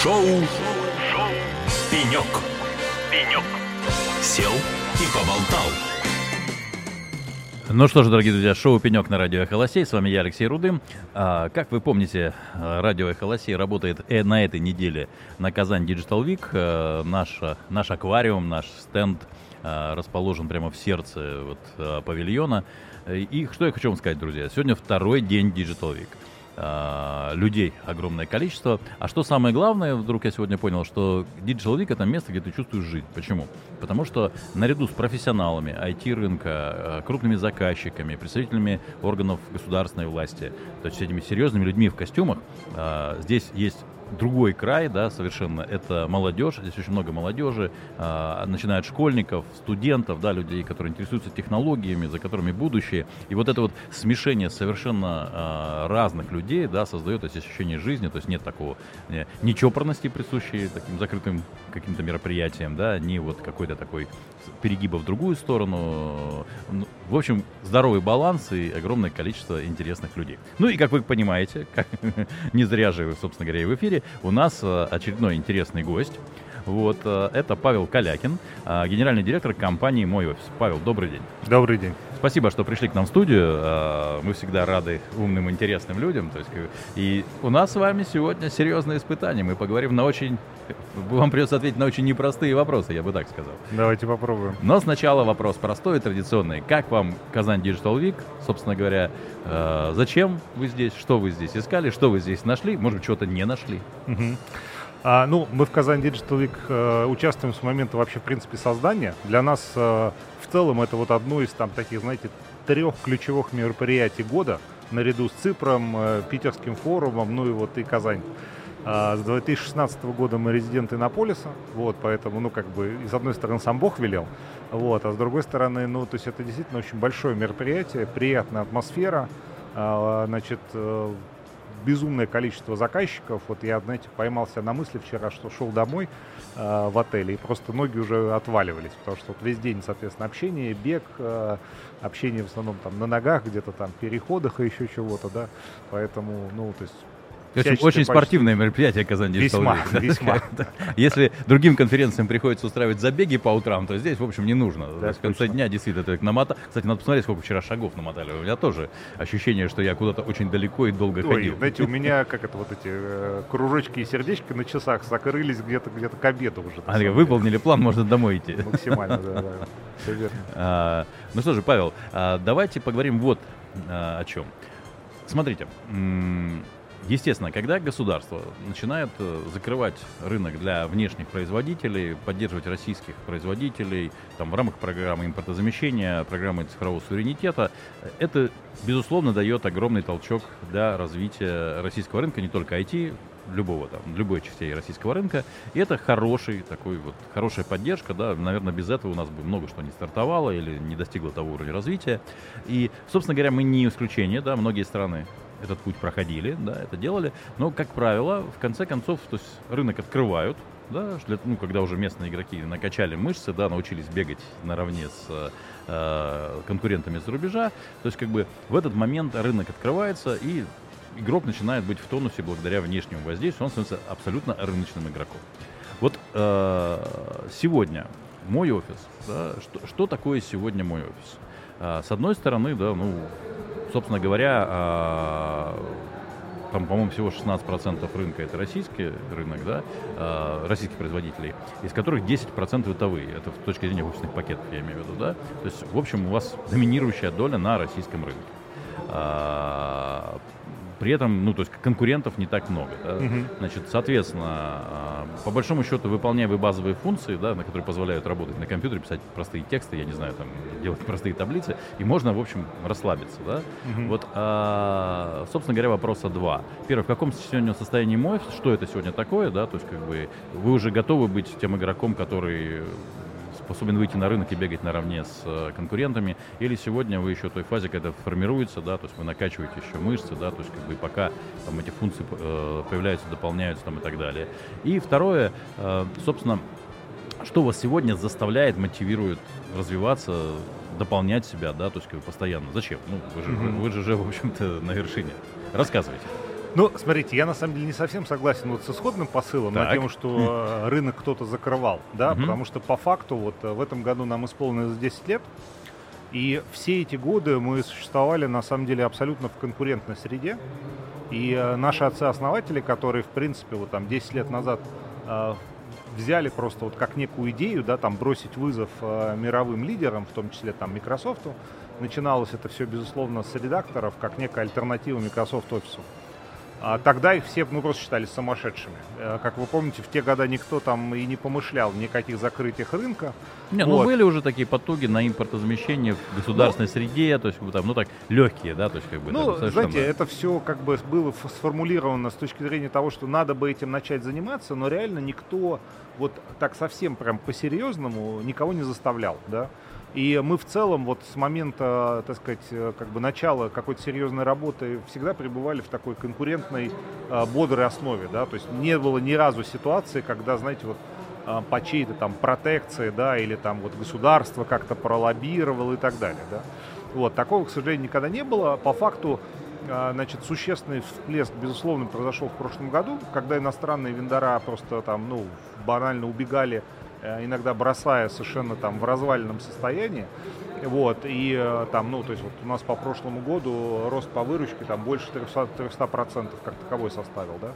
Шоу «Пенек». Сел и поболтал. Ну что ж, дорогие друзья, шоу «Пенек» на радио «Эхо Лосей». С вами я, Алексей Рудым. Как вы помните, радио «Эхо Лосей» работает на этой неделе на Казань Digital Week. Наш аквариум, наш стенд расположен прямо в сердце павильона. И что я хочу вам сказать, друзья. Сегодня второй день Digital Week. Людей огромное количество. А что самое главное, вдруг я сегодня понял, что Digital Week — это место, где ты чувствуешь жизнь. Почему? Потому что наряду с профессионалами IT-рынка, крупными заказчиками, представителями органов государственной власти, то есть этими серьезными людьми в костюмах, здесь есть другой край, да, совершенно, это молодежь, здесь очень много молодежи, начиная от школьников, студентов, да, людей, которые интересуются технологиями, за которыми будущее, и вот это вот смешение совершенно разных людей, да, создает эти ощущения жизни, то есть нет такого нечопорности, присущей таким закрытым каким-то мероприятиям, да, ни вот какой-то такой перегиба в другую сторону, в общем, здоровый баланс и огромное количество интересных людей. Ну и, как вы понимаете, не зря же, собственно говоря, и в эфире, у нас очередной интересный гость. Вот, это Павел Калякин, генеральный директор компании «Мой офис». Павел, добрый день. Добрый день. Спасибо, что пришли к нам в студию. Мы всегда рады умным, интересным людям. То есть, и у нас с вами сегодня серьезное испытание. Мы поговорим вам придется ответить на очень непростые вопросы, я бы так сказал. Давайте попробуем. Но сначала вопрос простой и традиционный. Как вам Казань Digital Week? Собственно говоря, зачем вы здесь? Что вы здесь искали? Что вы здесь нашли? Может быть, чего-то не нашли? Мы в Казань Digital Week участвуем с момента вообще, в принципе, создания. Для нас в целом это вот одно из таких, знаете, 3 ключевых мероприятий года, наряду с Ципром, Питерским форумом, и Казань. С 2016 года мы резиденты Иннополиса, поэтому, с одной стороны, сам Бог велел, а с другой стороны, то есть это действительно очень большое мероприятие, приятная атмосфера, безумное количество заказчиков. Я, поймался на мысли вчера, что шел домой в отеле, и просто ноги уже отваливались, потому что весь день, соответственно, общение, бег, общение в основном на ногах, где-то переходах и еще чего-то, да, поэтому, то есть... Очень спортивное мероприятие Казань Digital Week. Весьма. Если другим конференциям приходится устраивать забеги по утрам, то здесь, в общем, не нужно. Да, в конце дня действительно это намотал. Кстати, надо посмотреть, сколько вчера шагов намотали. У меня тоже ощущение, что я куда-то очень далеко и долго ходил. Знаете, у меня эти кружочки и сердечки на часах закрылись где-то к обеду уже. Выполнили план, можно домой идти. Максимально, да. Все верно. Ну что же, Павел, давайте поговорим вот о чем. Смотрите. Естественно, когда государство начинает закрывать рынок для внешних производителей, поддерживать российских производителей в рамках программы импортозамещения, программы цифрового суверенитета, это, безусловно, дает огромный толчок для развития российского рынка, не только IT, любой частей российского рынка. И это хорошая поддержка, да, наверное, без этого у нас бы много что не стартовало или не достигло того уровня развития. И, собственно говоря, мы не исключение, да, многие страны этот путь проходили, да, это делали, но, как правило, в конце концов, то есть рынок открывают, да, когда уже местные игроки накачали мышцы, да, научились бегать наравне с конкурентами с рубежа, то есть в этот момент рынок открывается, и игрок начинает быть в тонусе благодаря внешнему воздействию, он становится абсолютно рыночным игроком. Вот сегодня мой офис, да, что такое сегодня мой офис? С одной стороны, да, собственно говоря, по-моему, всего 16% рынка — это российский рынок, да, российских производителей, из которых 10% бытовые. Это с точки зрения офисных пакетов, я имею в виду, да. То есть, в общем, у вас доминирующая доля на российском рынке. При этом, то есть конкурентов не так много. Да? Значит, соответственно, по большому счету, выполняя вы базовые функции, да, на которые позволяют работать на компьютере, писать простые тексты, я не знаю, делать простые таблицы, и можно, в общем, расслабиться. Да? Собственно говоря, вопроса 2. Первый, в каком сегодня состоянии мой офис, что это сегодня такое, да, то есть вы уже готовы быть тем игроком, который способен выйти на рынок и бегать наравне с конкурентами, или сегодня вы еще в той фазе, когда формируется, да, то есть вы накачиваете еще мышцы, да, то есть пока эти функции появляются, дополняются и так далее. И второе, собственно, что вас сегодня заставляет, мотивирует развиваться, дополнять себя, да, то есть постоянно. Зачем? Вы же, в общем-то, на вершине. Рассказывайте. Ну, смотрите, я на самом деле не совсем согласен вот с исходным посылом на Так. тему, что рынок кто-то закрывал, да, Мгм. потому что по факту вот в этом году нам исполнилось 10 лет, и все эти годы мы существовали на самом деле абсолютно в конкурентной среде, и наши отцы-основатели, которые, в принципе, вот там 10 лет назад э, взяли просто вот как некую идею, да, там бросить вызов мировым лидерам, в том числе там Microsoft. Начиналось это все, безусловно, с редакторов, как некая альтернатива Microsoft Office. А тогда их все, просто считали сумасшедшими. Как вы помните, в те годы никто там и не помышлял никаких закрытиях рынка. Не, ну были уже такие потуги на импортозамещение в государственной среде, то есть там, ну так, легкие, да, то есть как бы. Ну, там совершенно- знаете, это все как бы было сформулировано с точки зрения того, что надо бы этим начать заниматься, но реально никто вот так совсем прям по-серьезному никого не заставлял, да. И мы в целом вот с момента, так сказать, как бы начала какой-то серьезной работы всегда пребывали в такой конкурентной, бодрой основе, да, то есть не было ни разу ситуации, когда, знаете, вот по чьей-то там протекции, да, или там вот государство как-то пролоббировало и так далее, да. Вот, такого, к сожалению, никогда не было. По факту, значит, существенный всплеск, безусловно, произошел в прошлом году, когда иностранные вендора просто там, ну, банально убегали, иногда бросая совершенно там в разваленном состоянии. Вот, и там, ну, то есть вот у нас по прошлому году рост по выручке там больше 300% как таковой составил, да.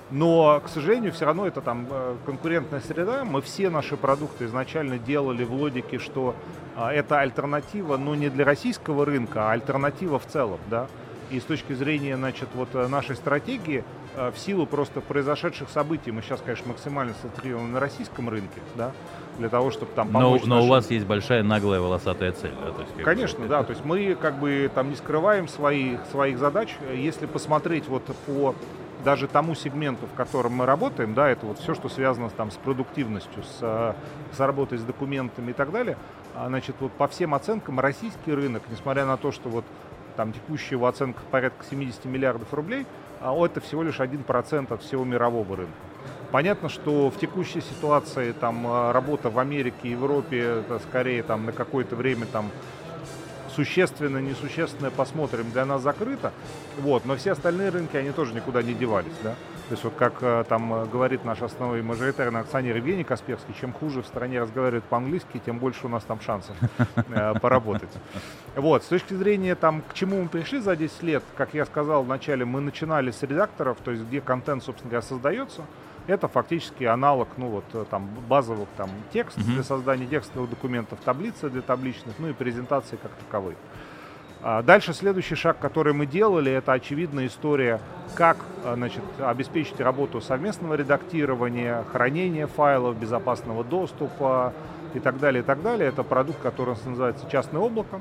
Но, к сожалению, все равно это там конкурентная среда. Мы все наши продукты изначально делали в логике, что это альтернатива, но не для российского рынка, а альтернатива в целом, да. И с точки зрения, значит, вот нашей стратегии, в силу просто произошедших событий, мы сейчас, конечно, максимально сконцентрированы на российском рынке, да, для того, чтобы там помочь Но у нашим- вас есть большая наглая волосатая цель, да? То есть, как бы, Конечно, да, то есть мы как бы там не скрываем своих задач. Если посмотреть вот по даже тому сегменту, в котором мы работаем, да, это вот все, что связано там с продуктивностью, с работой с документами и так далее, значит, вот по всем оценкам российский рынок, несмотря на то, что вот там текущая его оценка порядка 70 миллиардов рублей, это всего лишь 1% от всего мирового рынка. Понятно, что в текущей ситуации там работа в Америке и Европе это скорее там на какое-то время там существенное, несущественное посмотрим, для нас закрыто. Вот, но все остальные рынки, они тоже никуда не девались, да. То есть вот как там говорит наш основной мажоритарный акционер Евгений Касперский, чем хуже в стране разговаривают по-английски, тем больше у нас там шансов поработать. Вот, с точки зрения там, к чему мы пришли за 10 лет, как я сказал вначале, мы начинали с редакторов, то есть где контент, собственно говоря, создается. Это фактически аналог, ну вот там базовых там текстов для создания текстовых документов, таблицы для табличных, ну и презентации как таковой. Дальше следующий шаг, который мы делали, это очевидная история, как, значит, обеспечить работу совместного редактирования, хранения файлов, безопасного доступа и так далее, и так далее. Это продукт, который называется «Частное облако».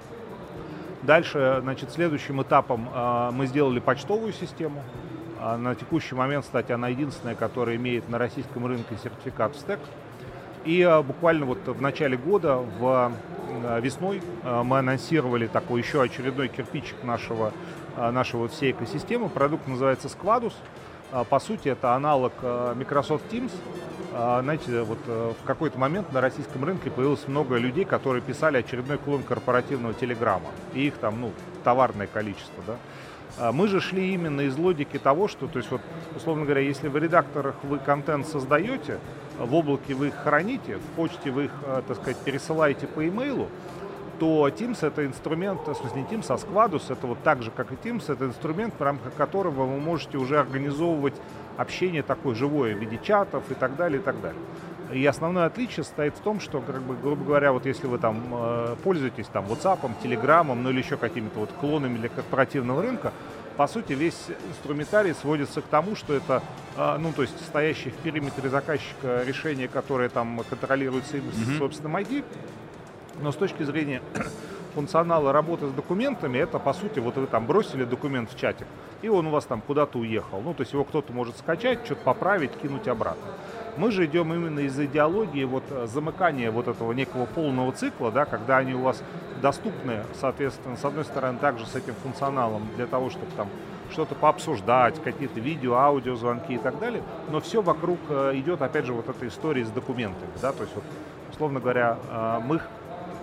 Дальше, значит, следующим этапом мы сделали почтовую систему. На текущий момент, кстати, она единственная, которая имеет на российском рынке сертификат в стек. И буквально вот в начале года, весной, мы анонсировали такой еще очередной кирпичик нашего вот всей экосистемы. Продукт называется Squadus. По сути, это аналог Microsoft Teams. Знаете, вот в какой-то момент на российском рынке появилось много людей, которые писали очередной клон корпоративного телеграмма. И их там, ну, товарное количество, да. Мы же шли именно из логики того, что, то есть вот, условно говоря, если в редакторах вы контент создаете, в облаке вы их храните, в почте вы их, так сказать, пересылаете по имейлу, то Teams — это инструмент, в смысле не Teams, а Squadus, это вот так же, как и Teams, это инструмент, в рамках которого вы можете уже организовывать общение такое живое в виде чатов и так далее, и так далее. И основное отличие состоит в том, что, как бы, грубо говоря, вот если вы там пользуетесь там WhatsApp, Telegram, ну или еще какими-то вот клонами для корпоративного рынка, по сути, весь инструментарий сводится к тому, что это, ну, то есть стоящее в периметре заказчика решение, которое там контролируется им собственным ID, но с точки зрения функционала работы с документами, это, по сути, вот вы там бросили документ в чатик, и он у вас там куда-то уехал. Ну, то есть его кто-то может скачать, что-то поправить, кинуть обратно. Мы же идем именно из идеологии вот замыкания вот этого некого полного цикла, да, когда они у вас доступны, соответственно, с одной стороны, также с этим функционалом для того, чтобы там что-то пообсуждать, какие-то видео, аудиозвонки и так далее, но все вокруг идет, опять же, вот этой истории с документами, да, то есть вот, условно говоря, мы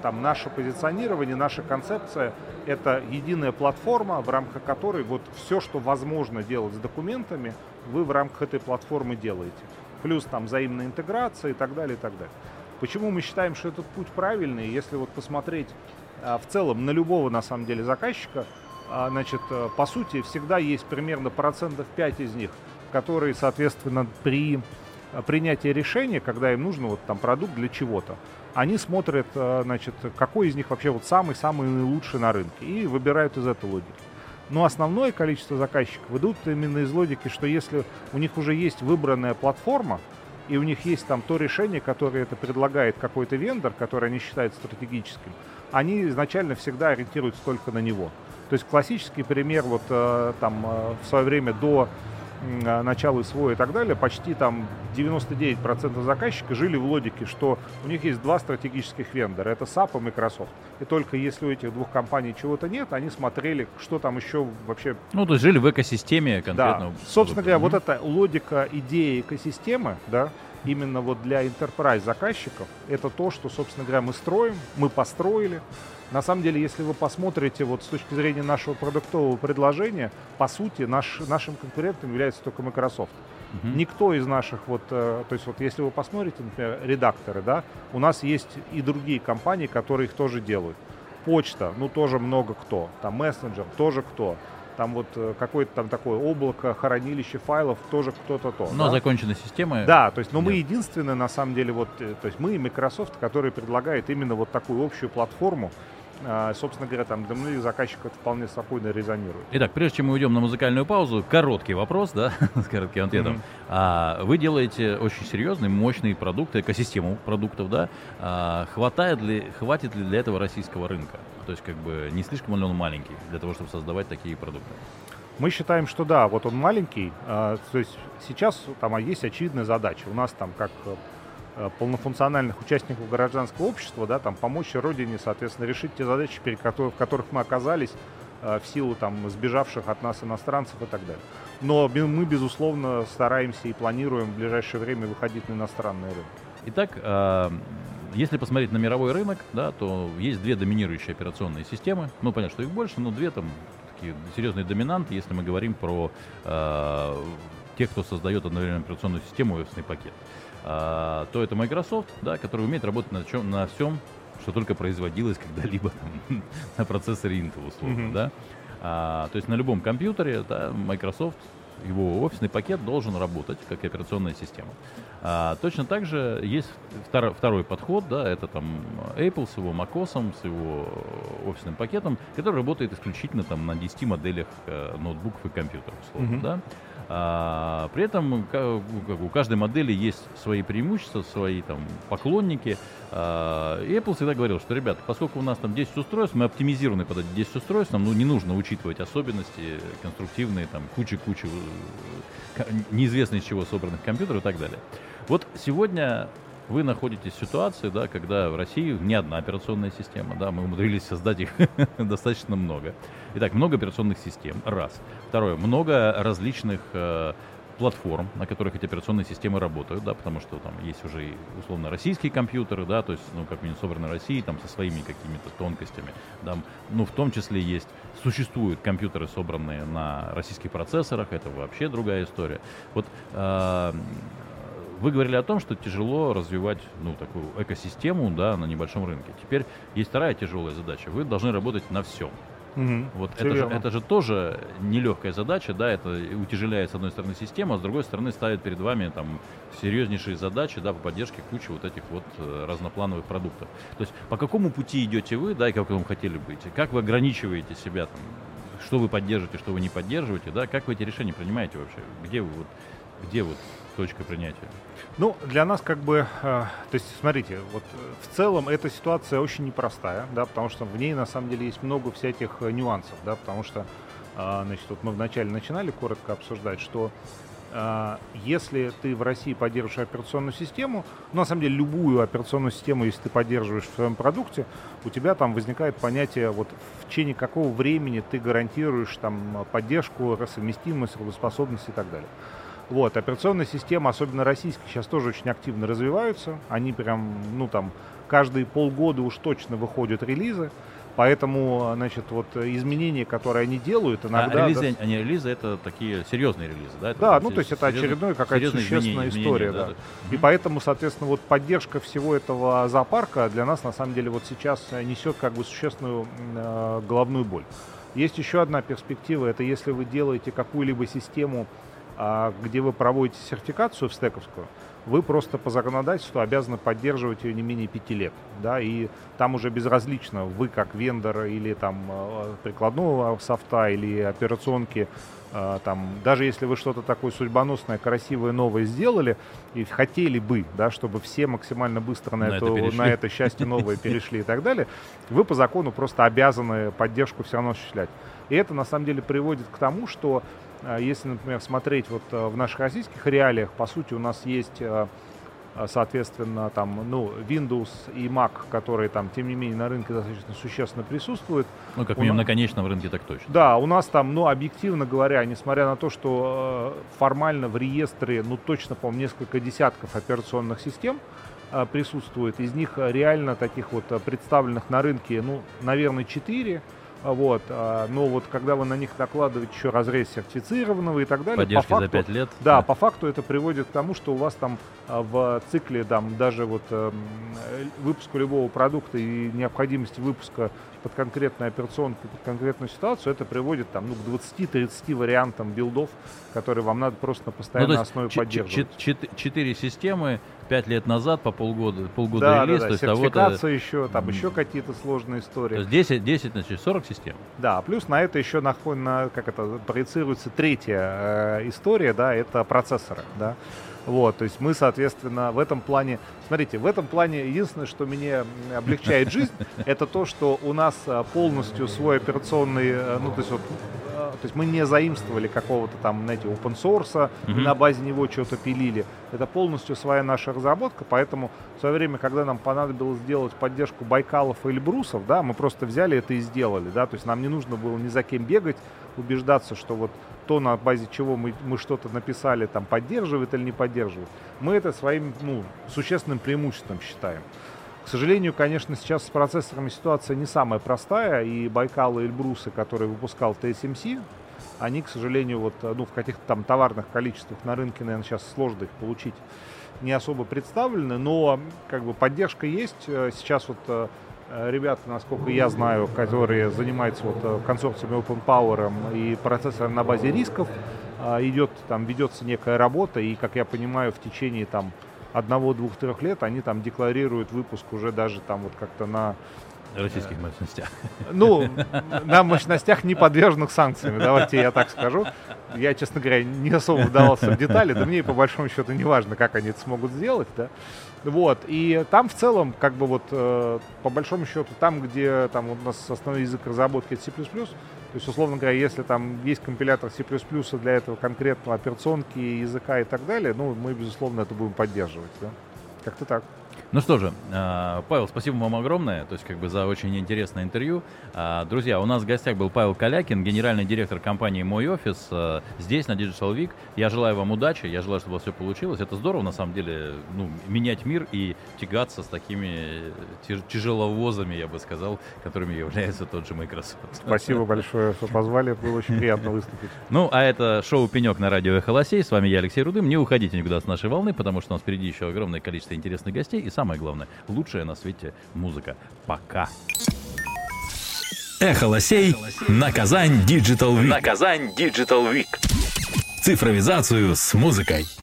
там наше позиционирование, наша концепция — это единая платформа, в рамках которой вот все, что возможно делать с документами, вы в рамках этой платформы делаете. Плюс там взаимная интеграция и так далее, и так далее. Почему мы считаем, что этот путь правильный? Если вот посмотреть в целом на любого, на самом деле, заказчика, значит, по сути, всегда есть примерно 5% из них, которые, соответственно, при принятии решения, когда им нужен вот там продукт для чего-то, они смотрят, значит, какой из них вообще вот самый-самый лучший на рынке и выбирают из этой логики. Но основное количество заказчиков идут именно из логики, что если у них уже есть выбранная платформа, и у них есть там то решение, которое это предлагает какой-то вендор, который они считают стратегическим, они изначально всегда ориентируются только на него. То есть классический пример вот там в свое время до начала СВО и так далее, почти там 99% заказчиков жили в логике, что у них есть два стратегических вендора, это SAP и Microsoft. И только если у этих двух компаний чего-то нет, они смотрели, что там еще вообще... Ну, то есть жили в экосистеме конкретно. Да, собственно говоря, вот эта логика, идея экосистемы, да, именно вот для enterprise заказчиков, это то, что, собственно говоря, мы строим, мы построили. На самом деле, если вы посмотрите вот с точки зрения нашего продуктового предложения, по сути, нашим конкурентом является только Microsoft. Никто из наших, вот, то есть вот если вы посмотрите, например, редакторы, да, у нас есть и другие компании, которые их тоже делают. Почта, ну тоже много кто, там мессенджер, тоже кто. Там вот какое-то там такое облако, хранилище файлов, тоже кто-то то. Но да? законченной системы. Да, то есть, но мы единственные, на самом деле, вот, то есть мы и Microsoft, который предлагает именно вот такую общую платформу. Собственно говоря, там для многих заказчиков это вполне спокойно резонирует. Итак, прежде чем мы уйдем на музыкальную паузу, короткий вопрос, да, с коротким ответом. Вы делаете очень серьезный, мощный продукт, экосистему продуктов, да? Хватит ли для этого российского рынка? То есть, как бы, не слишком ли он маленький для того, чтобы создавать такие продукты? Мы считаем, что да, вот он маленький. То есть сейчас там есть очевидная задача. У нас там как полнофункциональных участников гражданского общества, да, там помочь Родине, соответственно, решить те задачи, в которых мы оказались в силу там сбежавших от нас иностранцев и так далее. Но мы, безусловно, стараемся и планируем в ближайшее время выходить на иностранные рынки. Итак, если посмотреть на мировой рынок, да, то есть две доминирующие операционные системы. Ну, понятно, что их больше, но две там такие серьезные доминанты, если мы говорим про тех, кто создает одновременно операционную систему и офисный пакет. То это Microsoft, да, который умеет работать на всем, что только производилось когда-либо там, на процессоре Intel, условно, да. То есть на любом компьютере, да, Microsoft, его офисный пакет должен работать как операционная система. Точно так же есть второй подход, да, это там Apple с его macOS, с его офисным пакетом, который работает исключительно там на 10 моделях ноутбуков и компьютеров, условно, да. При этом у каждой модели есть свои преимущества, свои там поклонники. И Apple всегда говорил, что, ребята, поскольку у нас там 10 устройств, мы оптимизированы под эти 10 устройств, нам не нужно учитывать особенности конструктивные, там куча неизвестно из чего собранных компьютеров и так далее. Вот сегодня вы находитесь в ситуации, да, когда в России не одна операционная система, да, мы умудрились создать их достаточно много. Итак, много операционных систем, раз. Второе, много различных платформ, на которых эти операционные системы работают, да, потому что там есть уже условно российские компьютеры, да, то есть, ну, как минимум собраны в России, там, со своими какими-то тонкостями, да, ну, в том числе существуют компьютеры, собранные на российских процессорах, это вообще другая история. Вот вы говорили о том, что тяжело развивать, ну, такую экосистему, да, на небольшом рынке. Теперь есть вторая тяжелая задача. Вы должны работать на всем. Вот это же тоже нелегкая задача, да, это утяжеляет с одной стороны систему, а с другой стороны ставит перед вами там серьезнейшие задачи, да, по поддержке кучи вот этих вот разноплановых продуктов. То есть по какому пути идете вы, да, и как вы хотели быть, как вы ограничиваете себя, там, что вы поддерживаете, что вы не поддерживаете, да, как вы эти решения принимаете вообще, где точка принятия? Ну, для нас как бы, то есть, смотрите, вот в целом эта ситуация очень непростая, да, потому что в ней на самом деле есть много всяких нюансов, да, потому что, значит, вот мы вначале начинали коротко обсуждать, что если ты в России поддерживаешь операционную систему, ну, на самом деле любую операционную систему, если ты поддерживаешь в своем продукте, у тебя там возникает понятие, вот в течение какого времени ты гарантируешь там поддержку, совместимость, работоспособность и так далее. Вот, операционные системы, особенно российские, сейчас тоже очень активно развиваются. Они прям, ну там, каждые полгода уж точно выходят релизы. Поэтому, значит, вот изменения, которые они делают, иногда... релизы это такие серьезные релизы, да? Да, ну то есть это очередная какая-то существенная история, да. И поэтому, соответственно, вот поддержка всего этого зоопарка для нас, на самом деле, вот сейчас несет как бы существенную головную боль. Есть еще одна перспектива, это если вы делаете какую-либо систему, где вы проводите сертификацию в стековскую, вы просто по законодательству обязаны поддерживать ее не менее 5 лет, да, и там уже безразлично, вы как вендор или там прикладного софта или операционки, там, даже если вы что-то такое судьбоносное, красивое, новое сделали и хотели бы, да, чтобы все максимально быстро на это счастье новое перешли и так далее, вы по закону просто обязаны поддержку все равно осуществлять. И это на самом деле приводит к тому, что если, например, смотреть вот в наших российских реалиях, по сути, у нас есть, соответственно, там, Windows и Mac, которые там, тем не менее, на рынке достаточно существенно присутствуют. Ну, как минимум, на конечном рынке так точно. Да, у нас там, объективно говоря, несмотря на то, что формально в реестре, точно, по-моему, несколько десятков операционных систем присутствует, из них реально таких вот представленных на рынке, наверное, 4. Вот, но вот когда вы на них накладываете еще разрез сертифицированного и так далее, поддержки по факту, за 5 лет. Да, по факту это приводит к тому, что у вас там в цикле там даже вот выпуска любого продукта и необходимости выпуска под конкретную операционку, под конкретную ситуацию, это приводит там, к 20-30 вариантам билдов, которые вам надо просто на постоянной основе поддерживать. 4 системы, 5 лет назад, по полгода да, релиз. Да, то есть сертификация еще, там еще какие-то сложные истории. То есть 10 значит, 40 систем. Да, плюс на это еще проецируется третья история, да, это процессоры, да. Вот, то есть мы, соответственно, в этом плане, смотрите, в этом плане единственное, что меня облегчает жизнь, это то, что у нас полностью свой операционный, то есть мы не заимствовали какого-то там, знаете, open source, на базе него что-то пилили. Это полностью своя наша разработка, поэтому в свое время, когда нам понадобилось сделать поддержку Байкалов и Эльбрусов, да, мы просто взяли это и сделали, да, то есть нам не нужно было ни за кем бегать, убеждаться, что вот то, на базе чего мы что-то написали, там, поддерживает или не поддерживает. Мы это своим, существенным преимуществом считаем. К сожалению, конечно, сейчас с процессорами ситуация не самая простая, и Байкал и Эльбрусы, которые выпускал TSMC, они, к сожалению, в каких-то там товарных количествах на рынке, наверное, сейчас сложно их получить, не особо представлены, но как бы поддержка есть. Сейчас ребята, насколько я знаю, которые занимаются консорциумом Open Power и процессором на базе рисков, ведется некая работа, и, как я понимаю, в течение 1-2-3 лет они там декларируют выпуск уже даже там как-то на российских мощностях. На мощностях, не подверженных санкциями, давайте я так скажу. Я, честно говоря, не особо вдавался в детали, да мне по большому счету не важно, как они это смогут сделать, да. Вот, и там в целом, по большому счету, там, где у нас основной язык разработки это C++, то есть, условно говоря, если там есть компилятор C++ для этого конкретного операционки, языка и так далее, мы, безусловно, это будем поддерживать, да. Как-то так. Ну что же, Павел, спасибо вам огромное, то есть за очень интересное интервью. Друзья, у нас в гостях был Павел Калякин, генеральный директор компании «Мой офис», здесь, на Digital Week. Я желаю вам удачи, я желаю, чтобы у вас все получилось. Это здорово, на самом деле, менять мир и тягаться с такими тяжеловозами, я бы сказал, которыми является тот же Microsoft. Спасибо большое, что позвали, было очень приятно выступить. А это шоу «Пенек» на радио «Эхо Лосей». С вами я, Алексей Рудым. Не уходите никуда с нашей волны, потому что у нас впереди еще огромное количество интересных гостей. И самое главное, лучшая на свете музыка. Пока. Эхо Лосей на Казань Digital Week. На Казань Digital Week. Цифровизацию с музыкой.